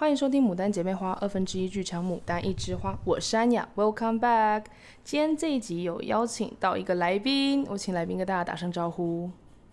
欢迎收听《牡丹姐妹花》1/2剧场《牡丹一枝花》，我是安雅 ，Welcome back。今天这一集有邀请到一个来宾，我请来宾跟大家打声招呼。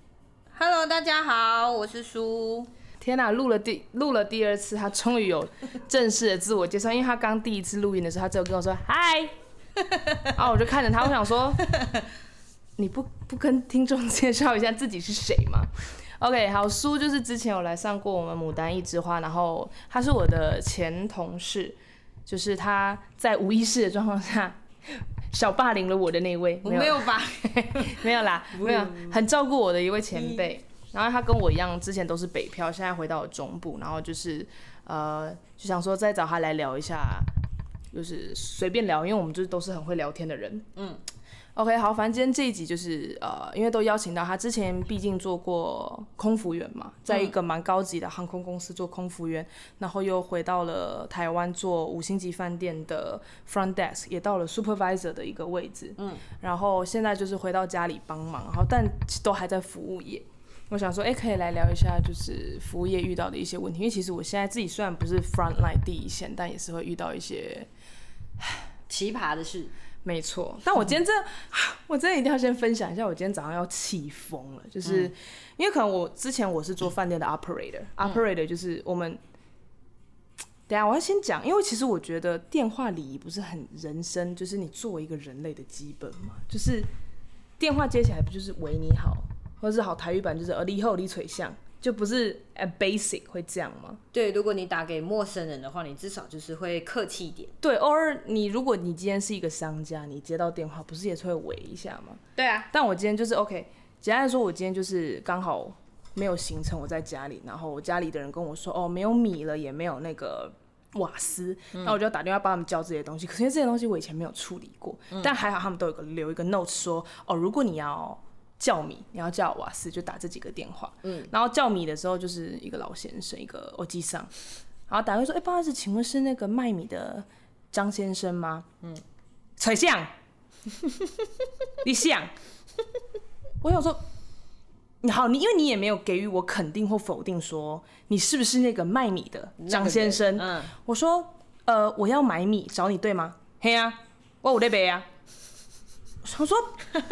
Hello， 大家好，我是舒。 天哪，录了第二次，他终于有正式的自我介绍，因为他刚第一次录音的时候，他只有跟我说嗨，然后我就看着他，我想说，你不跟听众介绍一下自己是谁吗？OK， 好，苏就是之前有来上过我们牡丹一枝花，然后他是我的前同事，就是他在无意识的状况下小霸凌了我的那位。 我没有吧？ 没有啦，没有，很照顾我的一位前辈。然后他跟我一样，之前都是北漂，现在回到了中部，然后就是就想说再找他来聊一下，就是随便聊，因为我们就是都是很会聊天的人。OK， 好，反正今天这一集就是因为都邀请到他，之前毕竟做过空服员嘛，在一个蛮高级的航空公司做空服员，然后又回到了台湾做5星级饭店的 front desk， 也到了 supervisor 的一个位置，然后现在就是回到家里帮忙，然后但都还在服务业。我想说，可以来聊一下就是服务业遇到的一些问题，因为其实我现在自己虽然不是 front line 第一线，但也是会遇到一些奇葩的事。 没错，但我今天我真的一定要先分享一下，我今天早上要气疯了，就是因为可能之前我是做饭店的 operator，operator 就是我们，等一下我要先讲，因为其实我觉得电话礼仪不是很人生，就是你作为一个人类的基本嘛，就是电话接起来不就是喂你好，或者是好台语版就是你好你垂向，就不是 basic 会这样吗？ 对，如果你打给陌生人的话，你至少就是会客气一点。 对，偶尔如果你今天是一个商家，你接到电话不是也是会喂一下吗？ 对啊。 但我今天就是 OK， 简单来说，我今天就是刚好没有行程，我在家里，然后我家里的人跟我说，没有米了，也没有那个瓦斯，那我就要打电话帮他们叫这些东西。可是这些东西我以前没有处理过，但还好他们都留一个 note 说，如果你要叫米，你要叫瓦斯，就打这几个电话。然后叫米的时候就是一个老先生，一个欧吉桑，然后打电话说：“不好意思，请问是那个卖米的张先生吗？”垂像，你想，我想说，好，因为你也没有给予我肯定或否定，说你是不是那个卖米的张先生。我说，我要买米，找你对吗？嘿啊，我有在买啊。我说。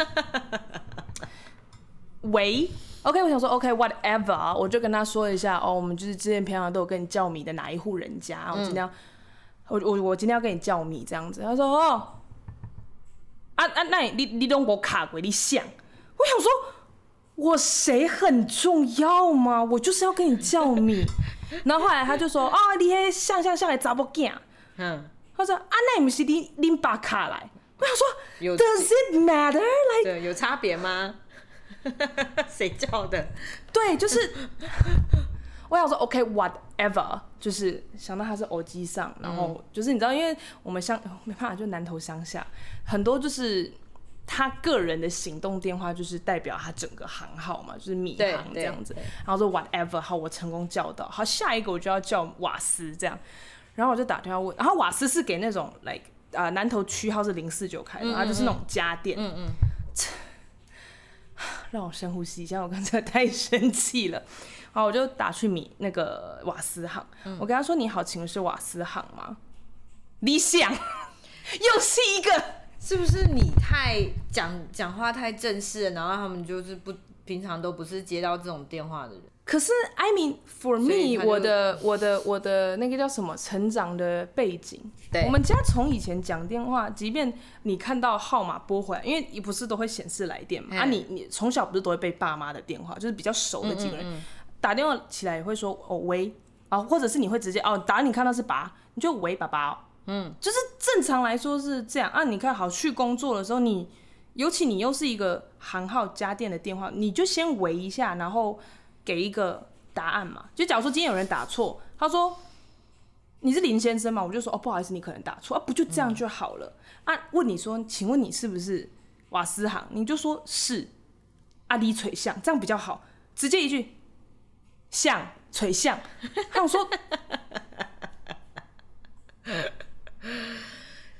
喂 ，OK， 我想说 OK，whatever， 我就跟他说一下，我们就是之前平常都有跟你叫米的哪一户人家，我今天要，我今天要跟你叫米这样子。他说那你都我卡鬼，你想？我想说，我谁很重要吗？我就是要跟你叫米。然后后来他就说，你那像的查某囝，他说那不是你爸卡来？我想说 ，Does it matter？ 对，有差别吗？谁叫的？ 对，就是我想说 OK，whatever， 就是想到他是欧基上，然后就是你知道，因为我们没办法，就南投乡下，很多就是他个人的行动电话，就是代表他整个行号嘛，就是米行这样子。然后说 whatever， 好，我成功叫到，好，下一个我就要叫瓦斯这样，然后我就打电话问，然后瓦斯是给那种 like 南投区号是049开的，它就是那种家电。让我深呼吸一下，我刚才太生气了。好，我就打去那个瓦斯行，我跟他说：“你好，请问是瓦斯行吗？”理想，又是一个， 是不是你太讲话太正式了，然后他们就是平常都不是接到这种电话的人。 可是 I mean for me， 我的那个叫什么成长的背景，我们家从以前讲电话，即便你看到号码拨回来，因为你不是都会显示来电嘛，你从小不是都会被爸妈的电话，就是比较熟的几个人打电话起来也会说喂或者是你会直接打你看到是爸，你就喂爸爸就是正常来说是这样你看好去工作的时候，尤其你又是一个行号家电的电话，你就先喂一下，然后给一个答案嘛。就假如说今天有人打错，他说你是林先生吗？我就说不好意思，你可能打错不就这样就好了问你说，请问你是不是瓦斯行？你就说是你垂向，这样比较好，直接一句像垂向。他们说他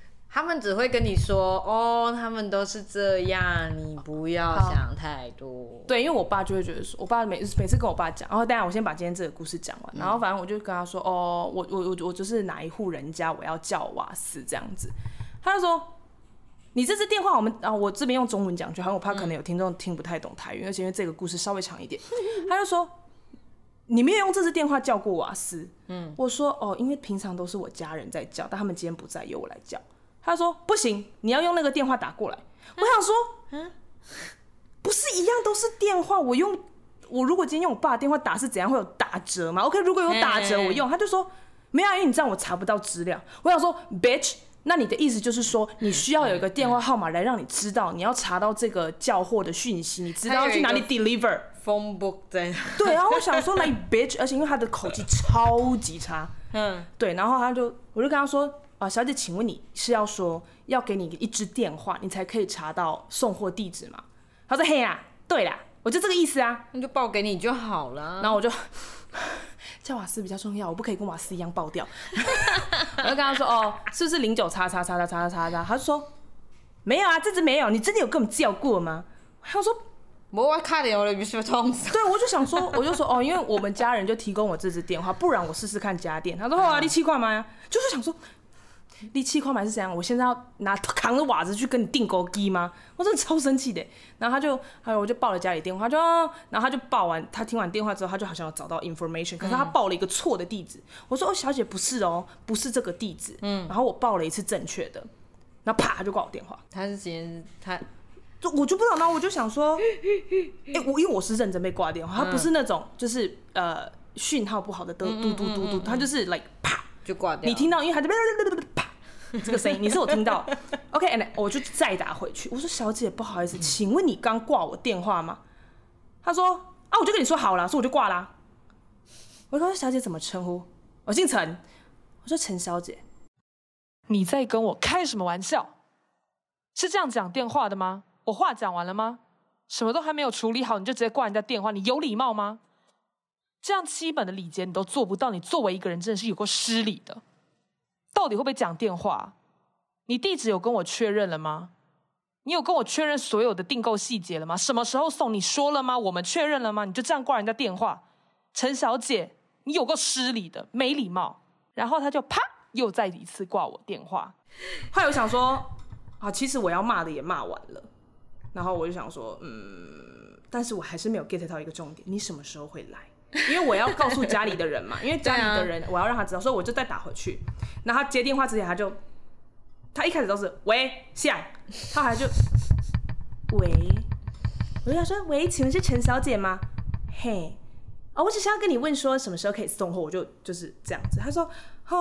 们只会跟你说哦，他们都是这样，你不要想太多。 对，因为我爸就会觉得说，我爸每次跟我爸讲，然后等一下我先把今天这个故事讲完，然后反正我就跟他说，哦，我就是哪一户人家我要叫瓦斯这样子，他就说。你这支电话我这边用中文讲就好，我怕可能有听众听不太懂台语，而且因为这个故事稍微长一点，他就说你没有用这支电话叫过瓦斯，我说哦，因为平常都是我家人在叫，但他们今天不在，由我来叫。他说不行，你要用那个电话打过来。我想说，不是一样都是电话，我如果今天用我爸的电话打是怎样会有打折吗 ？OK， 如果有打折我用，他就说没有，因为你这样我查不到资料。我想说 bitch。那你的意思就是说，你需要有一个电话号码来让你知道你要查到这个叫货的讯息，你知道要去哪里 deliver phone book 在哪？ 对，然后我想说 like bitch， 而且因为他的口气超级差，对，然后我就跟他说小姐，请问你是要说要给你一支电话，你才可以查到送货地址吗？他说嘿啦，对啦，我就这个意思啊， 那就报给你就好了。 然后我就。叫瓦斯比较重要，我不可以跟瓦斯一样爆掉。我就跟他说：“哦，是不是09叉叉叉叉叉叉叉？”他就说：“没有啊，这支没有。你真的有跟我们叫过吗？”他说：“ 我卡掉了，必须通知。” 对，我就想说，哦，因为我们家人就提供我这支电话，不然我试试看家电。他说：“哦，你7块吗？”就是想说。你7块买是怎样？我现在要扛着瓦子去跟你订购机吗？我真的超生气的。然后我就报了家里电话，然后他就报完，他听完电话之后，他就好像有找到 information， 可是他报了一个错的地址。我说哦，小姐不是哦，不是这个地址。然后我报了一次正确的，然后啪他就挂我电话。 他是今天我就不知道，然后我就想说，因为我是认真被挂电话，他不是那种就是讯号不好的嘟嘟嘟嘟，他就是 like 啪就挂掉。 你听到，因为他就啪。这个声音你是有听到 ，OK， 我就再打回去。我说小姐，不好意思，请问你刚挂我电话吗？他说啊，我就跟你说好了，所以我就挂啦。我说小姐怎么称呼？我姓陈。我说陈小姐， 你在跟我开什么玩笑？是这样讲电话的吗？我话讲完了吗？什么都还没有处理好，你就直接挂人家电话，你有礼貌吗？这样基本的礼节你都做不到，你作为一个人真的是有够失礼的。到底会不会讲电话？你地址有跟我确认了吗？你有跟我确认所有的订购细节了吗？什么时候送？你说了吗？我们确认了吗？你就这样挂人家电话？陈小姐，你有够失礼的，没礼貌。然后他就啪又再一次挂我电话。 后来我想说，其实我要骂的也骂完了，然后我就想说，但是我还是没有 get 到一个重点，你什么时候会来？因为我要告诉家里的人嘛，因为家里的人我要让他知道，所以我就再打回去。然后他接电话之前，他一开始都是喂像，他还就喂，我就想说喂，请问是陈小姐吗？嘿，我只是要跟你问说什么时候可以送货，我就是这样子。他说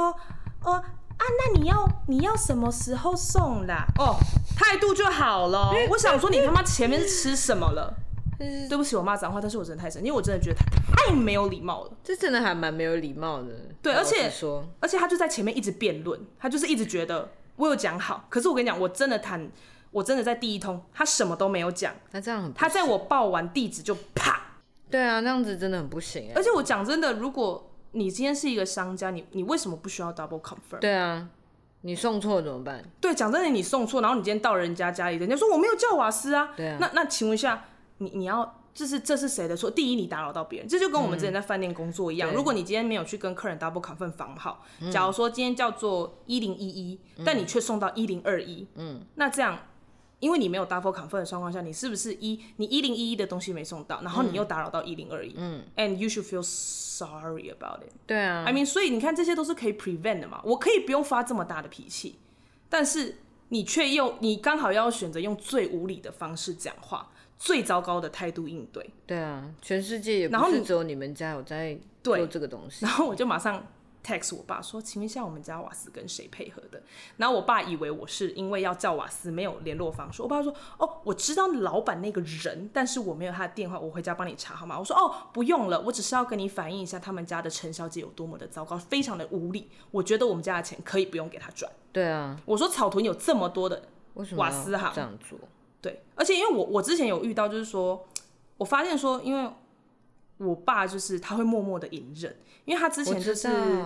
那你要什么时候送啦？态度就好了。我想说你他妈前面是吃什么了？对不起，我骂脏话，但是我真的太生气，因为我真的觉得他太没有礼貌了。 这真的还蛮没有礼貌的。 对，而且他就在前面一直辩论，他就是一直觉得我有讲好，可是我跟你讲，我真的在第一通，他什么都没有讲。 那这样很不行， 他在我报完地址就啪。 对啊，那样子真的很不行。 而且我讲真的，如果你今天是一个商家，你为什么不需要 double confirm？ 对啊，你送错怎么办？ 对，讲真的，你送错，然后你今天到人家家里，人家说我没有叫瓦斯啊。 对啊。 那请问一下。你要这是谁的错？第一，你打扰到别人，这就跟我们之前在饭店工作一样。如果你今天没有去跟客人 double confirm 房号，假如说今天叫做1011，但你却送到1021，那这样，因为你没有 double confirm 的状况下，你是不是你1011的东西没送到，然后你又打扰到1021，and you should feel sorry about it。 对啊 ，I mean， 所以你看这些都是可以 prevent 的嘛。我可以不用发这么大的脾气，但是你刚好要选择用最无理的方式讲话。最糟糕的态度应对。 对啊，全世界也不是只有你们家有在做这个东西。 然后我就马上 text 我爸说，请问一下我们家瓦斯跟谁配合的？然后我爸以为我是因为要叫瓦斯没有联络方式。我爸说，我知道老板那个人，但是我没有他的电话，我回家帮你查好吗？我说不用了，我只是要跟你反映一下他们家的陈小姐有多么的糟糕，非常的无理，我觉得我们家的钱可以不用给他转。 对啊， 我说草屯有这么多的瓦斯行， 这样做。 对，而且因为我之前有遇到，就是说我发现说，因为我爸就是他会默默的隐忍，因为他之前就是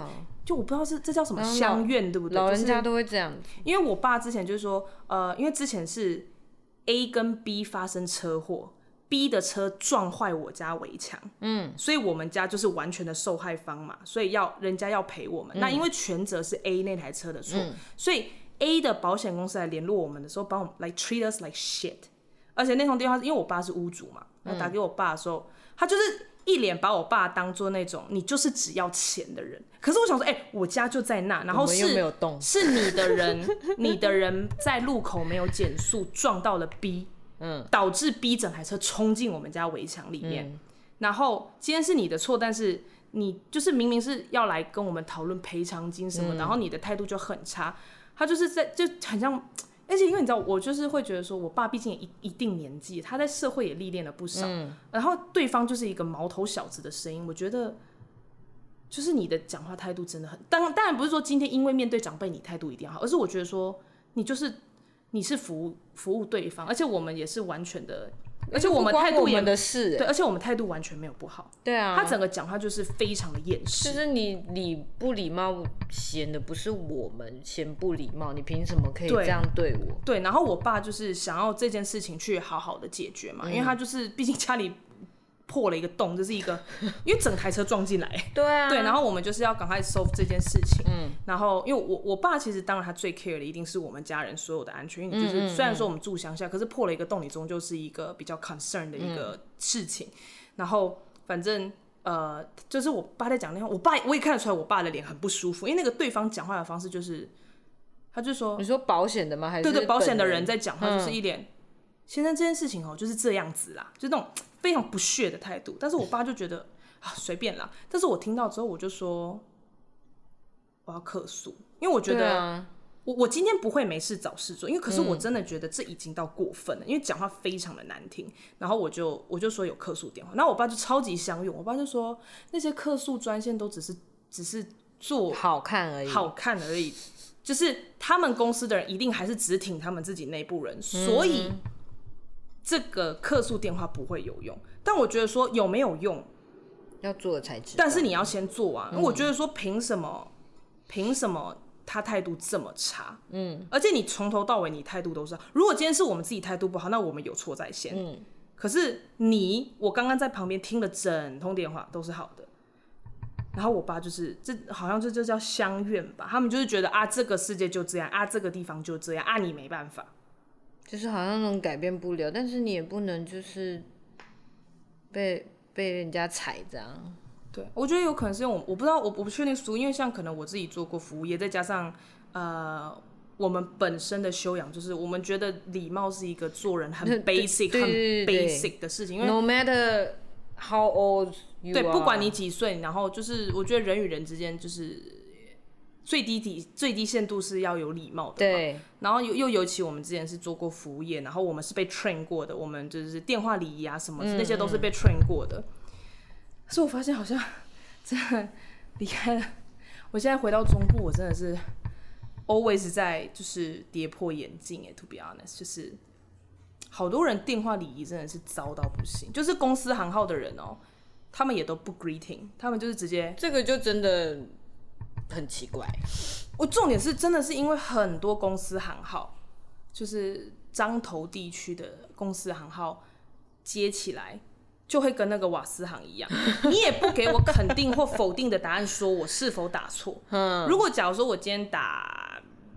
就我不知道这叫什么乡愿，对不对？ 老人家都会这样子。 因为我爸之前就是说，因为之前是 A 跟 B 发生车祸。B 的车撞坏我家围墙，所以我们家就是完全的受害方嘛，所以人家要赔我们。那因为全责是 A 那台车的错，所以 A 的保险公司来联络我们的时候，帮我们like treat us like shit。而且那通电话，因为我爸是屋主嘛，他打给我爸的时候，他就是一脸把我爸当做那种你就是只要钱的人。可是我想说，我家就在那，然后是你的人在路口没有减速撞到了 B。导致 B 整台车冲进我们家围墙里面，然后今天是你的错，但是你就是明明是要来跟我们讨论赔偿金什么，然后你的态度就很差，他就是就很像，而且因为你知道，我就是会觉得说，我爸毕竟也一定年纪，他在社会也历练了不少，然后对方就是一个毛头小子的声音，我觉得就是你的讲话态度真的很，当然不是说今天因为面对长辈你态度一定要好，而是我觉得说你是服务对方，而且我们也是完全的，而且我们态度也的事， 对，而且我们态度完全没有不好。 对啊， 他整个讲话就是非常的厌世。 就是你礼不礼貌，嫌的不是我们嫌不礼貌，你凭什么可以这样对我？ 对，然后我爸就是想要这件事情去好好的解决嘛，因为他就是毕竟家里破了一个洞，这是一个，因为整台车撞进来， 对啊， 对，然后我们就是要赶快 solve 这件事情，然后因为我爸其实当然他最 care 的一定是我们家人所有的安全，因为就是虽然说我们住乡下，可是破了一个洞，你终究是一个比较 concern 的一个事情，然后反正就是我爸在讲那话，我也看得出来我爸的脸很不舒服，因为那个对方讲话的方式就是，他就说， 你说保险的吗？还是对保险的人在讲话就是一脸。先生，这件事情就是这样子啦，就那种非常不屑的态度。但是我爸就觉得随便啦。但是我听到之后，我就说我要客诉，因为我觉得我今天不会没事找事做，因为可是我真的觉得这已经到过分了，因为讲话非常的难听。然后我就说有客诉电话，然后我爸就超级相拥，我爸就说那些客诉专线都只是做好看而已， 就是他们公司的人一定还是只挺他们自己内部人，所以。这个客诉电话不会有用，但我觉得说有没有用， 要做了才知道。 但是你要先做啊！我觉得说凭什么他态度这么差？而且你从头到尾你态度都是好，如果今天是我们自己态度不好，那我们有错在先。可是我刚刚在旁边听了整通电话都是好的，然后我爸就是这好像就叫乡愿吧，他们就是觉得这个世界就这样这个地方就这样你没办法。 就是好像那种改变不了，但是你也不能就是被人家踩这样。 对，我觉得有可能是我不知道，我不确定因为像可能我自己做过服务业，再加上我们本身的修养，就是我们觉得礼貌是一个做人很 basic 很 basic 的事情。因为 no matter how old you are， 对，不管你几岁，然后就是我觉得人与人之间就是最低限度是要有礼貌的嘛。 对。 然后又尤其我们之前是做过服务业，然后我们是被 train 过的，我们就是电话礼仪什么那些都是被 train 过的。所以我发现好像真的离开了，我现在回到中部，我真的是 always 在就是跌破眼镜to be honest， 就是好多人电话礼仪真的是糟到不行，就是公司行号的人他们也都不 greeting， 他们就是直接， 这个就真的很奇怪。 我重点是真的是因为很多公司行号，就是彰投地区的公司行号接起来就会跟那个瓦斯行一样，你也不给我肯定或否定的答案，说我是否打错。如果假如说我今天打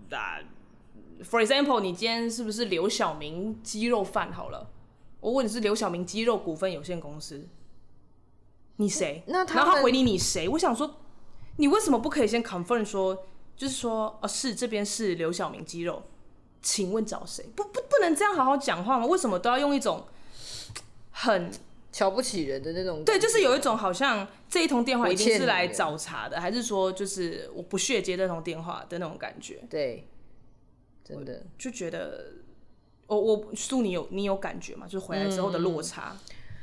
，for example， 你今天是不是刘小明鸡肉饭好了？我问你是刘小明鸡肉股份有限公司，你谁？然后他回你谁？我想说，你为什么不可以先 confirm 说？就是说，是这边是刘小明鸡肉，请问找谁？不能这样好好讲话吗？为什么都要用一种很瞧不起人的那种？ 对，就是有一种好像这一通电话一定是来找茬的，还是说就是我不屑接这通电话的那种感觉？ 对，真的就觉得，苏你有感觉吗？就是回来之后的落差？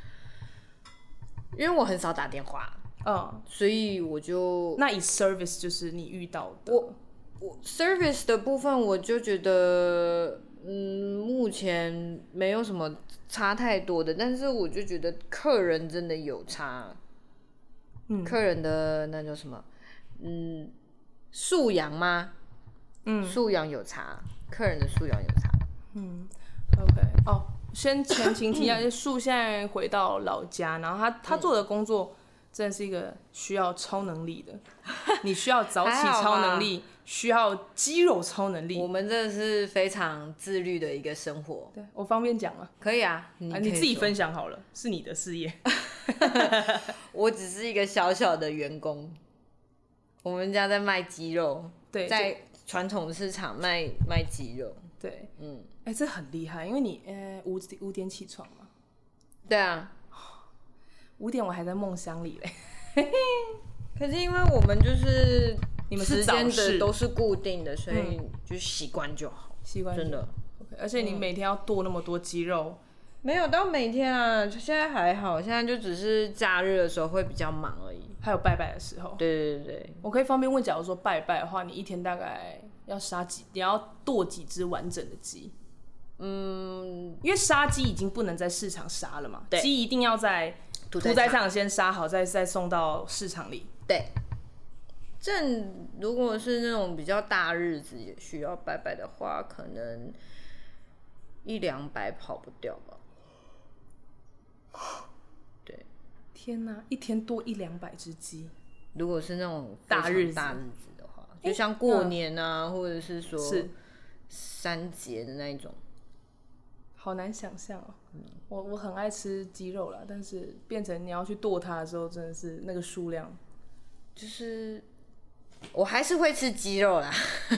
因为我很少打电话。所以我就那以 service 就是你遇到的， 我 service 的部分我就觉得，目前没有什么差太多的，但是我就觉得客人真的有差，客人的那叫什么， 素养吗？素养有差，客人的素养有差。 OK， 哦，先前情提要，树现在回到老家，然后他做的工作真的是一个需要超能力的，你需要早起超能力，需要肌肉超能力。 我们真的是非常自律的一个生活。 对，我方便讲吗？ 可以啊， 你自己分享好了，是你的事业。 我只是一个小小的员工。我们家在卖鸡肉， 对， 在传统市场卖鸡肉。 对，这很厉害，因为你5点起床嘛。 对啊 ，5点我还在梦乡里嘞。 可是因为我们就是你们是时间的都是固定的，所以就习惯就好， 习惯真的。 Okay, 而且你每天要剁那么多鸡肉。 没有到每天啊，现在还好，现在就只是假日的时候会比较忙而已。 还有拜拜的时候。 对。 我可以方便问，假如说拜拜的话，你一天大概要你要剁几只完整的鸡？因为杀鸡已经不能在市场杀了嘛，鸡一定要在屠宰场先杀好，再送到市场里。 对。如果是那种比较大日子也需要拜拜的话，可能100-200跑不掉吧。对， 天哪，一天多100-200只鸡。 如果是那种大日子的话，就像过年啊，或者是说3节的那一种， 好难想象哦。我很爱吃鸡肉啦，但是变成你要去剁它的时候，真的是那个数量， 就是我还是会吃鸡肉啦。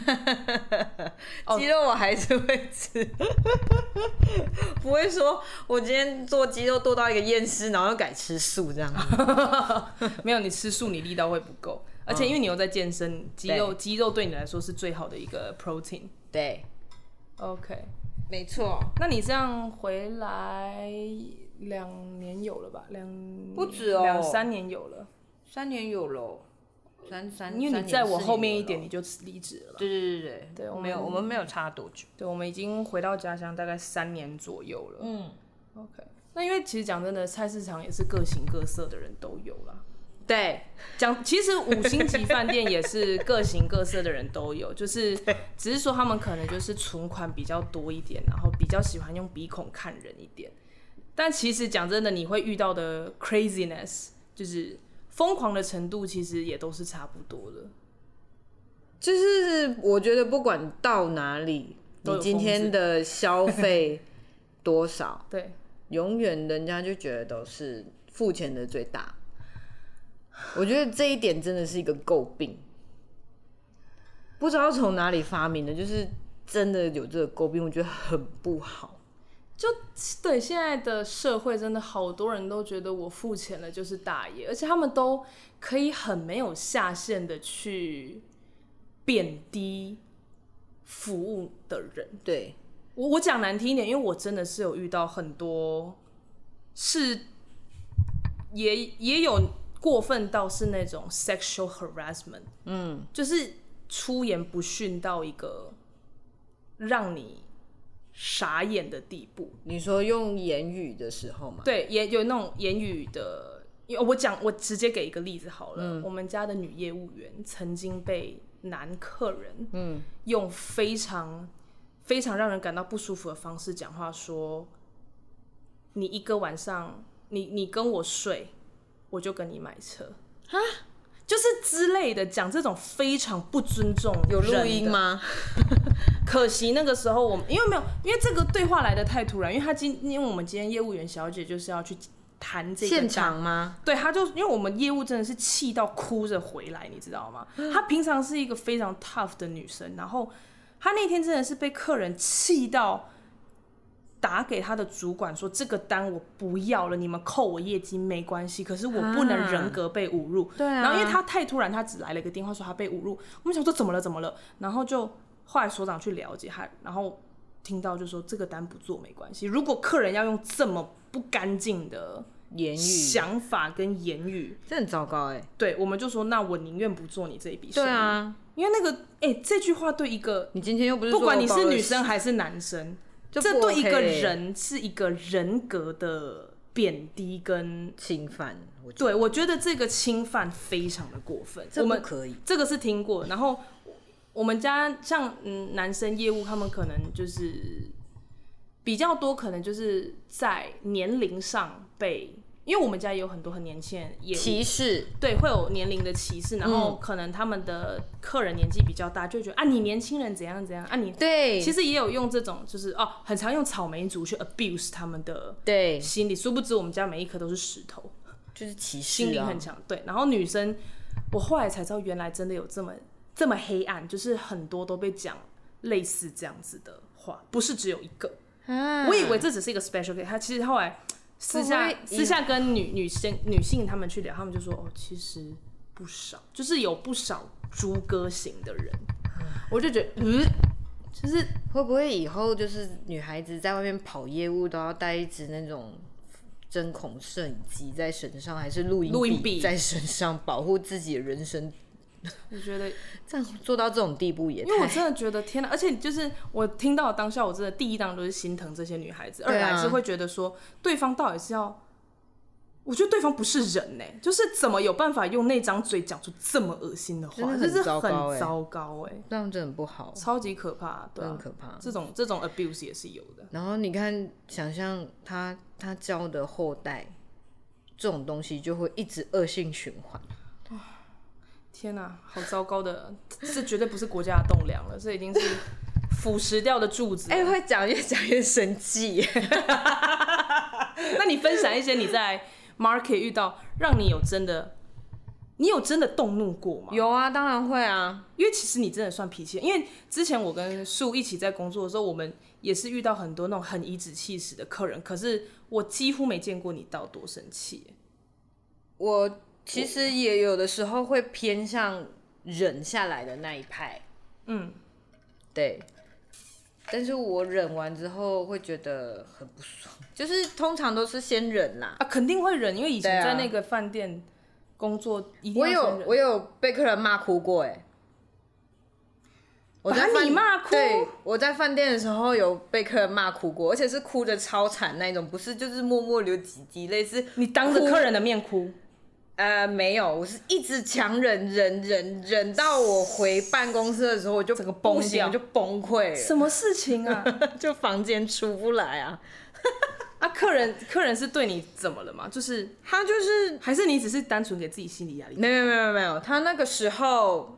鸡肉我还是会吃，不会说我今天做鸡肉剁到一个厌世，然后又改吃素这样子。 没有，你吃素你力道会不够，而且因为你又在健身，鸡肉对你来说是最好的一个 protein。 对 ，OK， 没错。 那你这样回来2年有了吧？ 不止哦 ，2-3年有了 ，3年有了。 因为你在我后面一点你就离职了吧？ 对，我们没有差多久。 对，我们已经回到家乡大概3年左右了。OK。那因为其实讲真的，菜市场也是各形各色的人都有啦。 对， 其实5星级饭店也是各形各色的人都有，就是只是说他们可能就是存款比较多一点，然后比较喜欢用鼻孔看人一点。但其实讲真的，你会遇到的 craziness 就是疯狂的程度其实也都是差不多的， 就是我觉得不管到哪里，你今天的消费多少， 对， 永远人家就觉得都是付钱的最大。我觉得这一点真的是一个诟病，不知道从哪里发明的，就是真的有这个诟病，我觉得很不好。 就对，现在的社会真的好多人都觉得我付钱了就是大爷，而且他们都可以很没有下限的去贬低服务的人。 对， 我讲难听一点，因为我真的是有遇到很多是也有过分到是那种 sexual harassment，就是出言不逊到一个让你傻眼的地步。 你说用言语的时候吗？ 对，也有那种言语的。我直接给一个例子好了。我们家的女业务员曾经被男客人用非常非常让人感到不舒服的方式讲话，说你一个晚上你跟我睡，我就跟你买车啊，就是之类的，讲这种非常不尊重人的。 有录音吗？ 可惜那个时候因为这个对话来的太突然，因为我们今天业务员小姐就是要去谈这个现场吗？ 对，她就因为我们业务真的是气到哭着回来，你知道吗？她平常是一个非常 tough 的女生，然后她那天真的是被客人气到打给她的主管说，这个单我不要了，你们扣我业绩没关系，可是我不能人格被侮辱。 对啊。 然后因为她太突然，她只来了一个电话说她被侮辱，我们想说怎么了，然后就后来所长去了解他，然后听到就说这个单不做没关系。如果客人要用这么不干净的言语、 想法跟言语， 这很糟糕对，我们就说那我宁愿不做你这一笔生意。 对啊， 因为那个这句话对一个你今天又不是说不管你是女生还是男生，这对一个人是一个人格的贬低跟侵犯。 对，我觉得这个侵犯非常的过分， 这不可以。 这个是听过，然后我们家像男生业务，他们可能就是比较多，可能就是在年龄上被。因为我们家也有很多很年轻人业务歧视， 对，会有年龄的歧视，然后可能他们的客人年纪比较大，就会觉得啊，你年轻人怎样怎样啊，你对， 其实也有用这种，就是很常用草莓族去 abuse 他们的心理，殊不知我们家每一颗都是石头， 就是歧视， 心理很强，对。然后女生，我后来才知道，原来真的有这么黑暗，就是很多都被讲类似这样子的话，不是只有一个。我以为这只是一个 special case， 他其实后来。私下跟女性他们去聊，他们就说其实不少，就是有不少猪哥型的人，我就觉得就是会不会以后就是女孩子在外面跑业务都要带一支那种针孔摄影机在身上，还是录音笔在身上，保护自己的人身？ 我觉得这样做到这种地步也太…… 因为我真的觉得天哪！而且就是我听到当下，我真的第一当都是心疼这些女孩子，二来是会觉得说对方到底是要，我觉得对方不是人欸，就是怎么有办法用那张嘴讲出这么恶心的话，就是很糟糕欸， 这样真的不好， 超级可怕，对啊， 很可怕。这种 abuse 也是有的。 然后你看，想象他教的后代，这种东西就会一直恶性循环。 天哪，好糟糕的！这绝对不是国家的栋梁了，这已经是腐蚀掉的柱子。 会越讲越生气。 那你分享一些你在 market 遇到让你有真的动怒过吗？ 有啊，当然会啊。 因为其实你真的算脾气，因为之前我跟树一起在工作的时候，我们也是遇到很多那种很颐指气使的客人，可是我几乎没见过你到多生气。 我其实也有的时候会偏向忍下来的那一派，对。但是我忍完之后会觉得很不爽，就是通常都是先忍啦。 肯定会忍，因为以前在那个饭店工作，一定要先忍。 我有被客人骂哭过把你骂哭？ 对，我在饭店的时候有被客人骂哭过，而且是哭得超惨那种，不是就是默默流几滴泪，是你当着客人的面哭。 没有，我是一直强忍到我回办公室的时候，我就整个崩掉，我就崩溃了。 什么事情啊？ 就房间出不来啊！ 客人是对你怎么了吗？就是他就是还是你只是单纯给自己心理压力？ 没有，他那个时候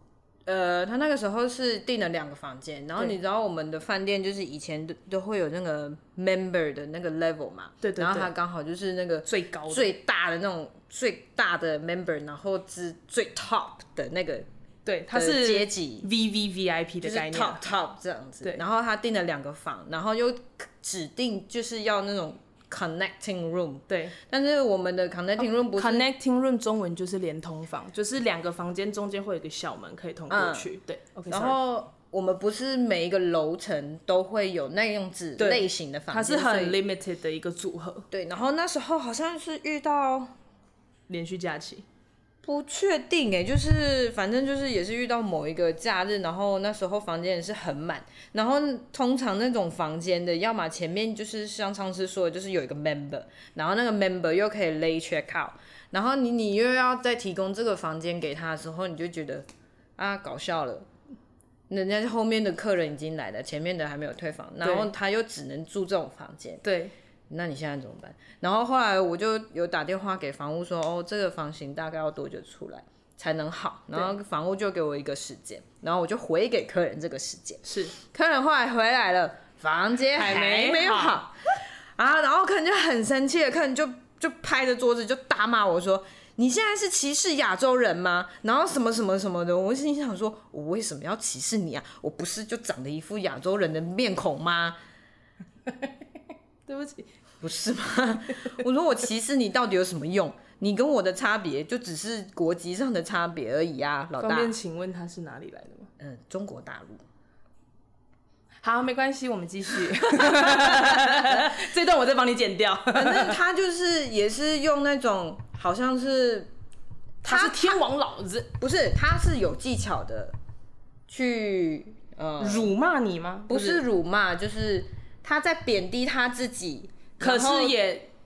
是订了2个房间，然后你知道我们的饭店就是以前都会有那个 member 的那个 level 嘛， 对， 然后他刚好就是那个最高的、 最大的那种最大的 member， 然后是最 top 的那个， 对，他是阶级 VVVIP 的概念， 就是 top 这样子。对，然后他订了2个房，然后又指定就是要那种 connecting room， 对， 但是我们的 connecting room 不是 connecting room， 中文就是连通房，就是2个房间中间会有一个小门可以通过去。对 ，OK。 然后我们不是每一个楼层都会有那样子类型的房间， 它是很 limited 的一个组合。 对，然后那时候好像是遇到连续假期。 不确定就是反正就是也是遇到某一个假日，然后那时候房间也是很满，然后通常那种房间的，要么前面就是像上次说的，就是有一个 member， 然后那个 member 又可以 late check out， 然后你又要再提供这个房间给他的时候，你就觉得搞笑了，人家后面的客人已经来了，前面的还没有退房，然后他又只能住这种房间， 对。 那你现在怎么办？然后后来我就有打电话给房屋说，这个房型大概要多久出来才能好？然后房屋就给我一个时间，然后我就回给客人这个时间。 是， 客人后来回来了，房间还没有好然后客人就很生气了，客人就拍着桌子就大骂我说：“你现在是歧视亚洲人吗？然后什么什么什么的。”我心想说：“我为什么要歧视你啊？我不是就长得一副亚洲人的面孔吗？” 对不起。 不是吗？我说我歧视你到底有什么用？你跟我的差别就只是国籍上的差别而已啊，老大。 方便请问他是哪里来的吗？ 中国大陆。 好，没关系，我们继续。这段我再帮你剪掉。 反正他就是也是用那种好像是他是天王老子， 不是，他是有技巧的去辱骂你吗？ 不是辱骂，就是他在贬低他自己。 可是也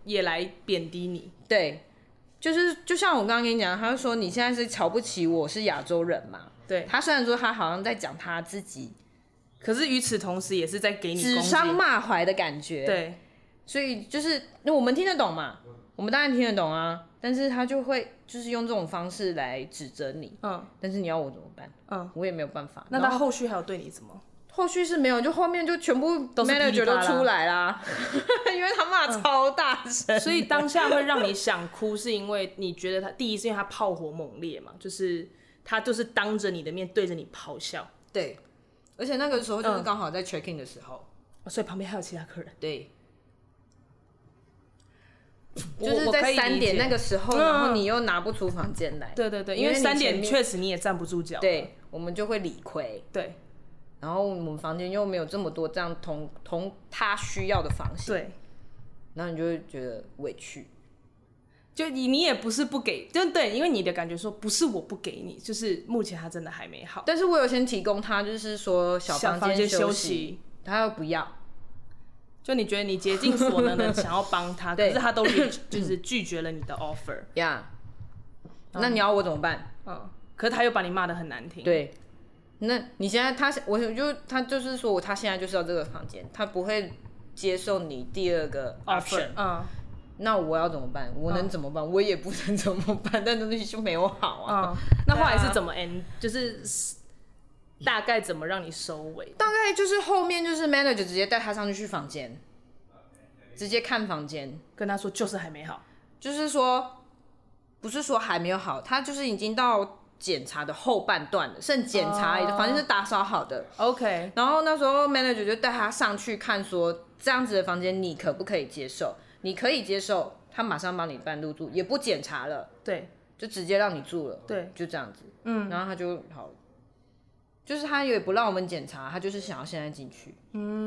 也来贬低你。 对，就像我刚刚跟你讲，他就说你现在是瞧不起我是亚洲人嘛。 对， 他虽然说他好像在讲他自己， 可是与此同时也是在给你指桑骂槐的感觉。 对， 所以就是我们听得懂嘛，我们当然听得懂啊，但是他就会就是用这种方式来指责你。但是你要我怎么办？我也没有办法。 那他后续还有对你怎么？ 后续是没有，就后面就全部 manager 都出来啦，因为他骂超大声， 所以当下会让你想哭，是因为你觉得他第一是因为他炮火猛烈嘛，就是他就是当着你的面对着你咆哮。 对，而且那个时候就是刚好在 check in 的时候， 所以旁边还有其他客人。 对，就是在3点那个时候，然后你又拿不出房间来。 对对对，因为3点确实你也站不住脚。 对，我们就会理亏。 对。 然后我们房间又没有这么多这样同他需要的房型， 对， 然后你就会觉得委屈， 就你也不是不给，就对，因为你的感觉说不是我不给你，就是目前他真的还没好， 但是我有先提供他，就是说小房间休息，他又不要， 就你觉得你竭尽所能的想要帮他，可是他都就是拒绝了你的 offer， 呀，那你要我怎么办？ 可是他又把你骂得很难听， 对。那你现在他就是说他现在就是要这个房间，他不会接受你第二个 option。那我要怎么办？我能怎么办？我也不能怎么办，但东西就没有好啊。 那后来是怎么 end？就是大概怎么让你收尾？ 大概就是后面就是 manager 直接带他上去房间，直接看房间， 跟他说就是还没好， 就是说不是说还没有好，他就是已经到检查的后半段了，剩检查房间是打扫好的。 OK， 然后那时候 manager 就带他上去看，说这样子的房间你可不可以接受？你可以接受，他马上帮你办入住，也不检查了， 对， 就直接让你住了， 对， 就这样子。然后他就好了，就是他也不让我们检查，他就是想要现在进去。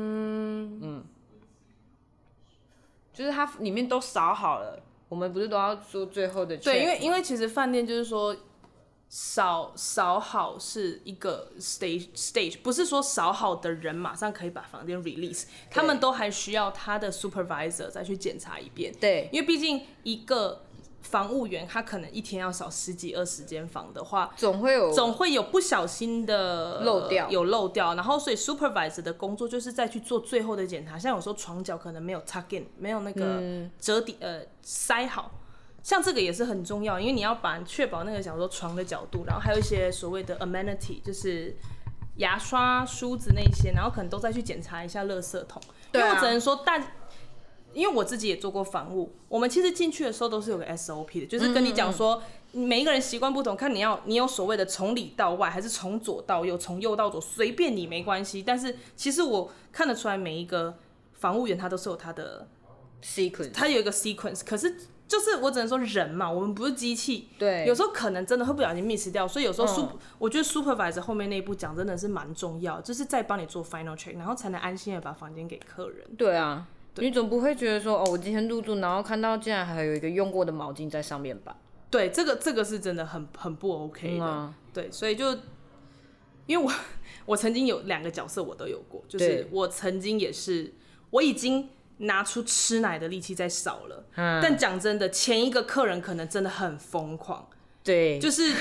就是他里面都扫好了，我们不是都要做最后的 check？ 对，因为其实饭店就是说。扫好是一个 stage， 不是说扫好的人马上可以把房间 release， 他们都还需要他的 supervisor 再去检查一遍。 对， 因为毕竟一个房务员他可能一天要扫10几20间房的话，总会有不小心的漏掉，然后所以 supervisor 的工作就是再去做最后的检查，像有时候床脚可能没有 tuck in， 没有那个折抵塞好。像这个也是很重要，因为你要确保那个讲说床的角度，然后还有一些所谓的 amenity， 就是牙刷、梳子那些，然后可能都再去检查一下垃圾桶。因为我只能说因为我自己也做过房务，我们其实进去的时候都是有个 SOP 的，就是跟你讲说，每一个人习惯不同，看你有所谓的从里到外，还是从左到右，从右到左，随便你没关系。但是其实我看得出来，每一个房务员他都是有他的 sequence， 他有一个 sequence， 可是。就是我只能说人嘛，我们不是机器， 对， 有时候可能真的会不小心 miss 掉，所以有时候我觉得 supervisor 后面那一步讲真的是蛮重要，就是再帮你做 final check， 然后才能安心的把房间给客人。 对啊，你总不会觉得说我今天入住，然后看到竟然还有一个用过的毛巾在上面吧？ 对，这个是真的很不 OK 的。对，所以就因为我曾经有2个角色我都有过，就是我曾经也是我已经。拿出吃奶的力气在扫了，但讲真的，前一个客人可能真的很疯狂， 对， 就是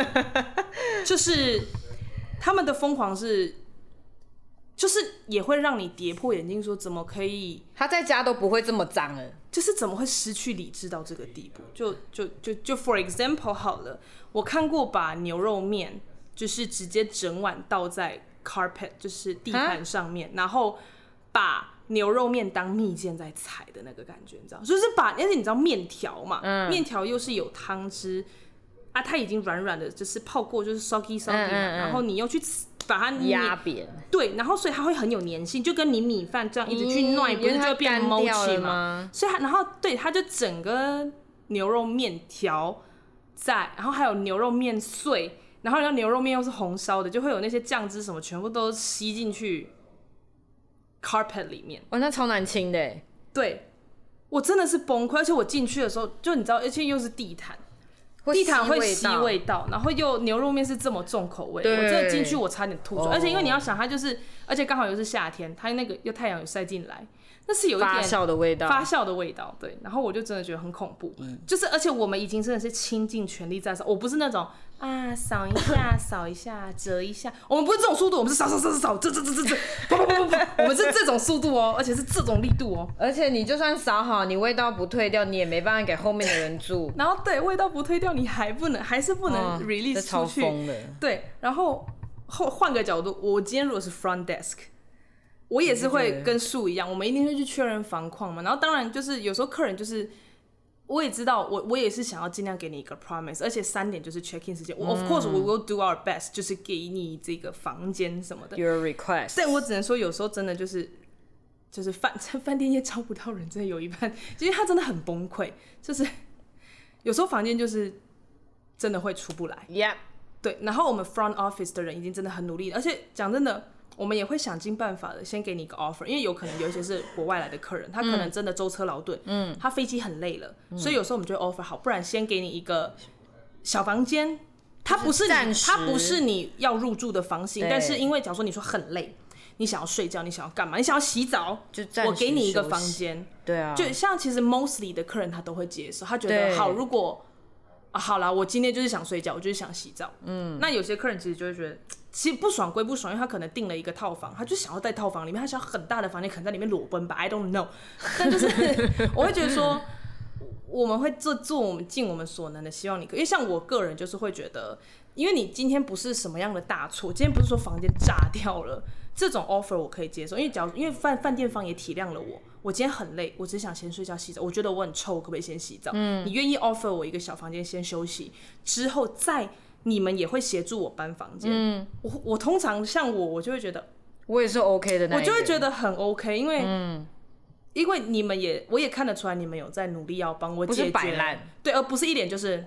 他们的疯狂是，就是也会让你跌破眼镜，说怎么可以？ 他在家都不会这么脏了， 就是怎么会失去理智到这个地步？就 for example 好了，我看过把牛肉面就是直接整碗倒在 carpet， 就是地毯上面，然后把牛肉面当蜜饯在踩的那个感觉，你知道，就是而且你知道面条嘛，面条又是有汤汁啊，它已经软软的，就是泡过，就是 soggy 然后你又去把它压扁， 对，然后所以它会很有粘性，就跟你米饭这样一直去弄，不是就会变 mochi 吗？所以然后对，它就整个牛肉面条在，然后还有牛肉面碎，然后牛肉面又是红烧的，就会有那些酱汁什么全部都吸进去。carpet 里面， 那超难清的。 对，我真的是崩溃，而且我进去的时候，就你知道，而且又是地毯会吸味道，然后又牛肉面是这么重口味，我真的进去我差点吐出来。而且因为你要想，它就是，而且刚好又是夏天，它那个又太阳有晒进来， 那是有一点发酵的味道， 对。然后我就真的觉得很恐怖，就是而且我们已经真的是倾尽全力在扫，我不是那种啊扫一下扫一下折一下，我们不是这种速度，我们是扫，这，我们是这种速度哦，而且是这种力度哦。 而且你就算扫好，你味道不退掉，你也没办法给后面的人住。 然后对，味道不退掉，你还是不能 release 出去， 超疯的。 对，然后换个角度，我今天如果是 front desk。我也是会跟树一样，我们一定会去确认房况嘛。然后当然就是有时候客人就是，我也知道，我也是想要尽量给你一个 promise， 而且3点就是 check in 时间。Of course we will do our best， 就是给你这个房间什么的。 Your request。 但我只能说，有时候真的就是饭店业招不到人，真的有一半，其实他真的很崩溃。就是有时候房间就是真的会出不来。 Yeah。 对，然后我们 front office 的人已经真的很努力了，而且讲真的。我们也会想尽办法的，先给你一个 offer， 因为有可能有一些是国外来的客人，他可能真的舟车劳顿，他飞机很累了，所以有时候我们就会 offer 好，不然先给你一个小房间，它不是你要入住的房型，但是因为假如说你说很累，你想要睡觉，你想要干嘛，你想要洗澡， 就我给你一个房间， 对啊， 就像其实 mostly 的客人他都会接受，他觉得好，如果好啦，我今天就是想睡觉，我就是想洗澡，那有些客人其实就会觉得。其实不爽归不爽，因为他可能订了一个套房，他就想要在套房里面，他想要很大的房间，可能在里面裸奔吧 ，I don't know。但就是我会觉得说，我们会做我们尽我们所能的，希望你可以。因为像我个人就是会觉得，因为你今天不是什么样的大错，今天不是说房间炸掉了，这种 offer 我可以接受，因为饭店方也体谅了我。我今天很累，我只想先睡觉洗澡。我觉得我很臭，我可不可以先洗澡？你愿意 offer 我一个小房间先休息，之后再。你们也会协助我搬房间，我通常像我就会觉得， 我也是 OK 的那一个， 我就会觉得很 OK， 因为你们我也看得出来，你们有在努力要帮我解决， 不是摆烂， 对，而不是一脸就是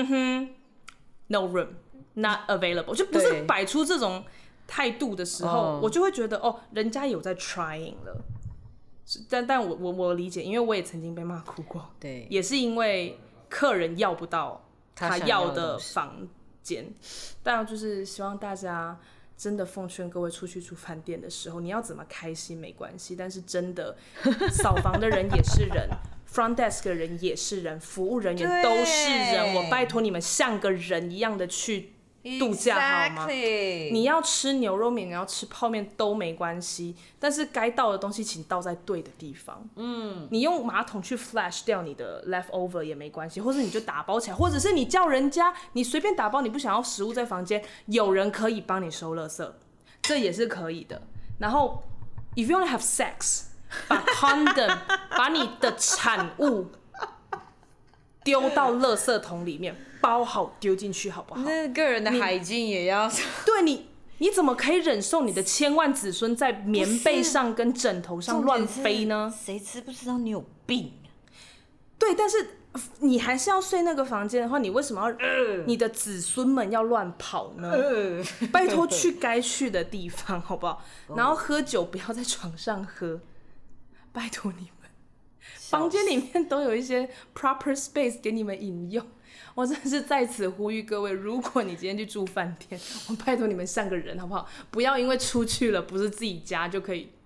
no room not available， 就不是摆出这种态度的时候，我就会觉得人家有在 trying 了，但我理解，因为我也曾经被骂哭过， 对， 也是因为客人要不到他要的房。但就是希望大家真的奉劝各位出去住饭店的时候，你要怎么开心没关系，但是真的扫房的人也是人，front desk 的人也是人，服务人员都是人，我拜托你们像个人一样的去度假好吗？你要吃牛肉面，你要吃泡面都没关系，但是该倒的东西请倒在对的地方。你用马桶去 flash 掉你的 leftover 也没关系，或者你就打包起来，或者是你叫人家，你随便打包，你不想要食物在房间，有人可以帮你收垃圾，这也是可以的。然后 if you want to have sex， 把 condom 把你的产物丢到垃圾桶里面，包好丢进去，好不好？ 那个人的海景也要对你怎么可以忍受你的千万子孙在棉被上跟枕头上乱飞呢？ 谁知不知道你有病？ 对，但是你还是要睡那个房间的话，你为什么要你的子孙们要乱跑呢？拜托去该去的地方，好不好？然后喝酒不要在床上喝，拜托你们。房间里面都有一些 proper space 给你们饮用，我真的是在此呼吁各位，如果你今天去住饭店，我拜托你们像个人好不好？不要因为出去了不是自己家就可以，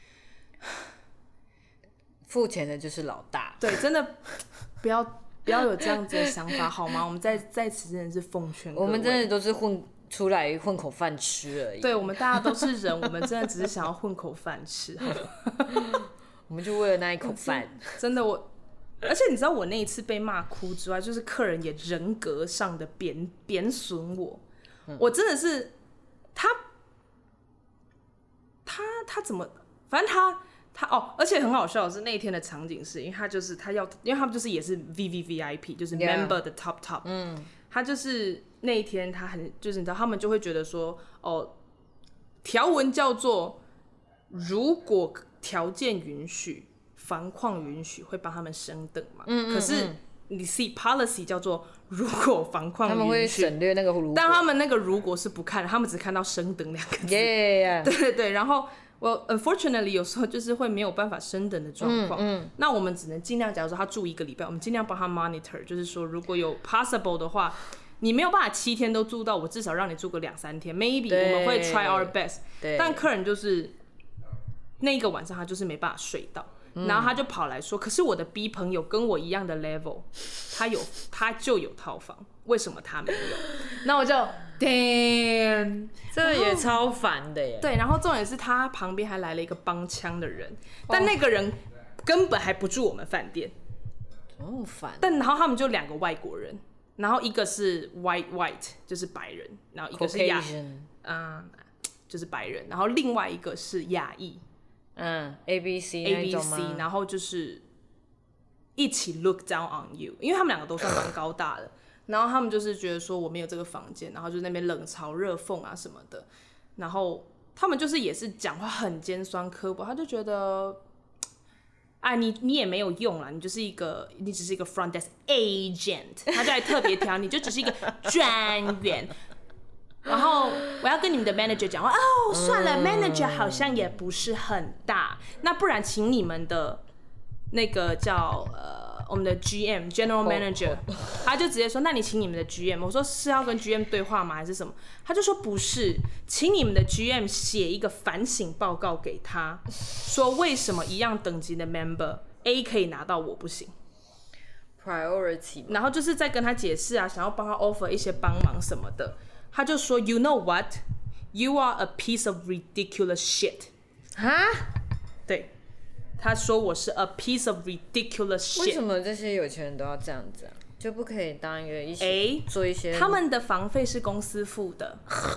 付钱的就是老大。 对，真的不要有这样子的想法好吗？我们在此真的是奉劝各位， 我们真的都是出来混口饭吃而已。 对，我们大家都是人，我们真的只是想要混口饭吃，好吗？ 我们就为了那一口饭， 真的而且你知道我那一次被骂哭之外，就是客人也人格上的贬损我，我真的是他怎么，反正他而且很好笑的是那一天的场景是，因为他们就是也是 VVVIP， 就是 member 的 top， 他就是那一天他就是你知道他们就会觉得说条文叫做如果条件允许，房况允许，会帮他们升等嘛？可是你 see policy 叫做如果房况允许， 他们会省略那个如果， 但他们那个如果是不看的，他们只看到升等两个字。 对对对，然后unfortunately 有时候就是会没有办法升等的状况，那我们只能尽量，假如说他住1个礼拜，我们尽量帮他 monitor， 就是说如果有 possible 的话。你没有办法7天都住到，我至少让你住个2-3天 ，maybe 我们会 try our best。但客人就是那一个晚上他就是没办法睡到， 然后他就跑来说，可是我的 B 朋友跟我一样的 level， 他就有套房，为什么他没有？那我就 damn， 这也超烦的耶。 对，然后重点是他旁边还来了一个帮腔的人，但那个人根本还不住我们饭店， 好烦。 但然后他们就2个外国人，然后一个是 white 就是白人，然后一个是就是白人，然后另外一个是亚裔。 ABC 那种吗？ ABC， 然后就是一起 look down on you， 因为他们2个都算蛮高大的，然后他们就是觉得说我没有这个房间，然后就那边冷嘲热讽啊什么的，然后他们就是也是讲话很尖酸刻薄，他就觉得，哎，你也没有用啦，你只是一个 front desk agent， 他就还特别挑，你就只是一个专员。然后我要跟你们的 manager 讲话，哦，算了，manager 好像也不是很大，那不然请你们的那个叫我们的 GM General Manager， 他就直接说，那你请你们的 GM， 我说是要跟 GM 对话吗还是什么？他就说不是，请你们的 GM 写一个反省报告给他，说为什么一样等级的 member A 可以拿到我不行。 priority， 然后就是在跟他解释啊，想要帮他 offer 一些帮忙什么的。他就说 ，You know what? You are a piece of ridiculous shit。 哈？ 对，他说我是 a piece of ridiculous shit。 为什么这些有钱人都要这样子啊？就不可以当一个做一些？ 他们的房费是公司付的，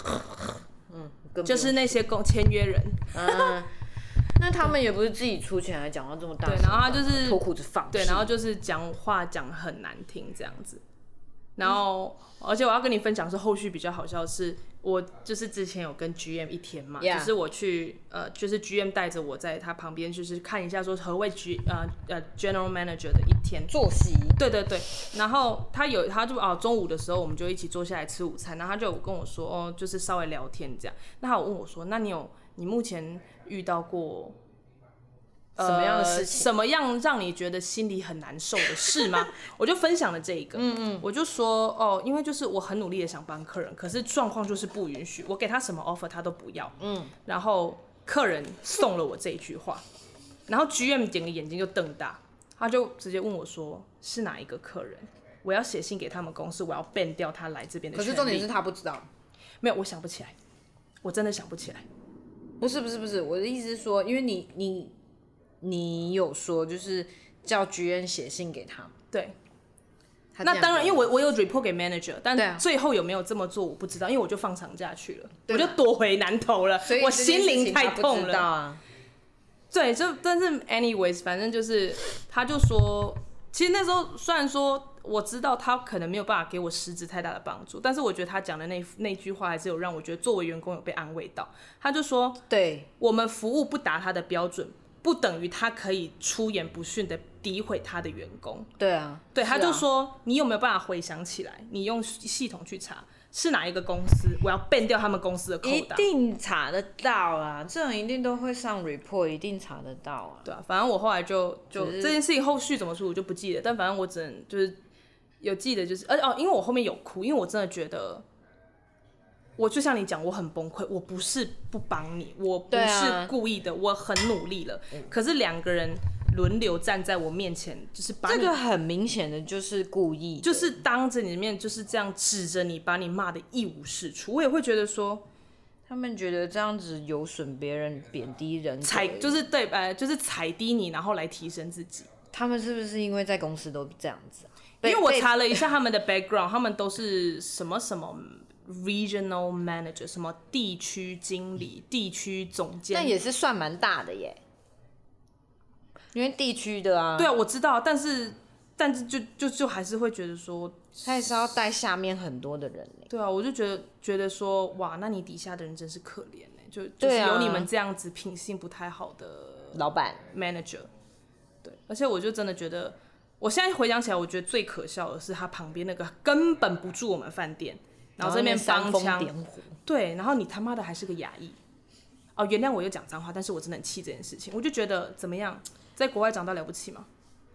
就是那些签约人。 那他们也不是自己出钱来讲话这么大声， 对，然后他就是脱裤子放屁， 对，然后就是讲话讲很难听这样子。然后，而且我要跟你分享是后续比较好笑的是，我就是之前有跟 GM 一天嘛，就是我去就是 GM 带着我在他旁边，就是看一下说何谓General Manager 的一天作息。 对对对，然后他就中午的时候我们就一起坐下来吃午餐，然后他就跟我说就是稍微聊天这样。那他有问我说，那你目前遇到过？ 什么样的事情？ 什么样让你觉得心里很难受的事吗？我就分享了这一个，我就说因为就是我很努力的想帮客人，可是状况就是不允许，我给他什么 offer 他都不要，然后客人送了我这一句话，然后 GM 整个眼睛就瞪大，他就直接问我说是哪一个客人？我要写信给他们公司，我要 ban 掉他来这边的权利。 可是重点是他不知道， 没有，我想不起来，我真的想不起来。 不是，我的意思是说，因为你有说就是叫 GM 写信给他， 对，那当然，因为我有 report 给 manager， 但最后有没有这么做我不知道，因为我就放长假去了，我就躲回南投了，我心灵太痛了。对，但是 anyways， 反正就是他就说，其实那时候虽然说我知道他可能没有办法给我实质太大的帮助，但是我觉得他讲的那句话还是有让我觉得作为员工有被安慰到。他就说，对，我们服务不达他的标准，不等于他可以出言不逊的诋毁他的员工。 对啊， 对，他就说你有没有办法回想起来，你用系统去查是哪一个公司，我要 ban 掉他们公司的扣打。 一定查得到啊，这种一定都会上 report， 一定查得到啊。 对啊，反正我后来就这件事情后续怎么处理我就不记得，但反正我只能就是有记得，就是因为我后面有哭，因为我真的觉得。我就像你讲，我很崩溃。我不是不帮你，我不是故意的，我很努力了。可是2个人轮流站在我面前，就是把你这个很明显的就是故意的， 就是当着你的面就是这样指着你，把你骂得一无是处。我也会觉得说， 他们觉得这样子有损别人、贬低人， 就是就是踩低你，然后来提升自己。 他们是不是因为在公司都这样子啊？ 因为我查了一下他们的 background， 他们都是什么什么。Regional Manager 什么地区经理、地区总监， 但也是算蛮大的耶，因为地区的啊。 对啊，我知道，但是就还是会觉得说， 他也是要带下面很多的人耶。 对啊，我就觉得说，哇，那你底下的人真是可怜耶，就是有你们这样子品性不太好的老板 manager。对，而且我就真的觉得，我现在回想起来，我觉得最可笑的是他旁边那个根本不住我们饭店。然后这边帮腔，对，然后你他妈的还是个亚裔，原谅我又讲脏话，但是我真的很气这件事情，我就觉得怎么样，在国外长大了不起吗？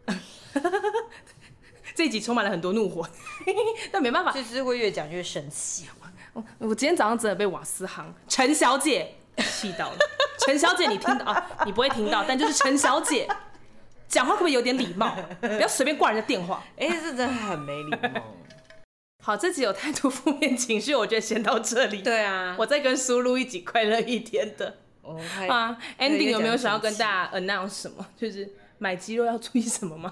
这一集充满了很多怒火，但没办法， 就是会越讲越生气。 我今天早上真的被瓦斯行陈小姐气到了，陈小姐你听到啊？你不会听到，但就是陈小姐， 讲话可不可以有点礼貌？不要随便挂人家电话。 这真的很没礼貌。 好，这集有太多负面情绪，我觉得先到这里。 对啊， 我再跟苏录一集快乐一点的。ending 有没有想要跟大家 announce 什么？就是买鸡肉要注意什么吗？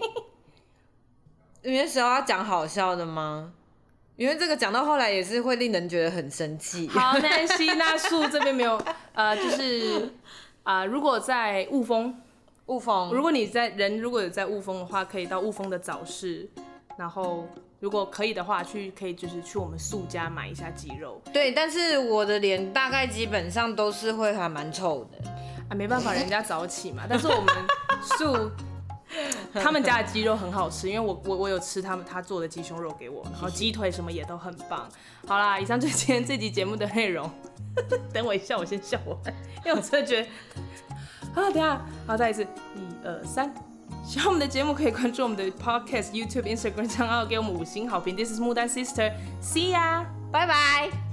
因为时候要讲好笑的吗？因为这个讲到后来也是会令人觉得很生气。 好，没关系。那树这边没有，就是如果在雾峰，如果你如果有在雾峰的话，可以到雾峰的早市，然后如果可以的话，可以就是去我们素家买一下鸡肉。 对，但是我的脸大概基本上都是会还蛮臭的。 没办法，人家早起嘛。但是我们素。他们家的鸡肉很好吃，因为我有吃他做的鸡胸肉给我，然后鸡腿什么也都很棒。好啦，以上就是今天这集节目的内容。等我一下，我先笑完，因为我真的觉得等一下，好，再一次，1、2、3。喜欢我们的节目可以关注我们的 Podcast、YouTube、Instagram 账号，给我们5星好评。This is 木丹 Sister，See ya， 拜拜。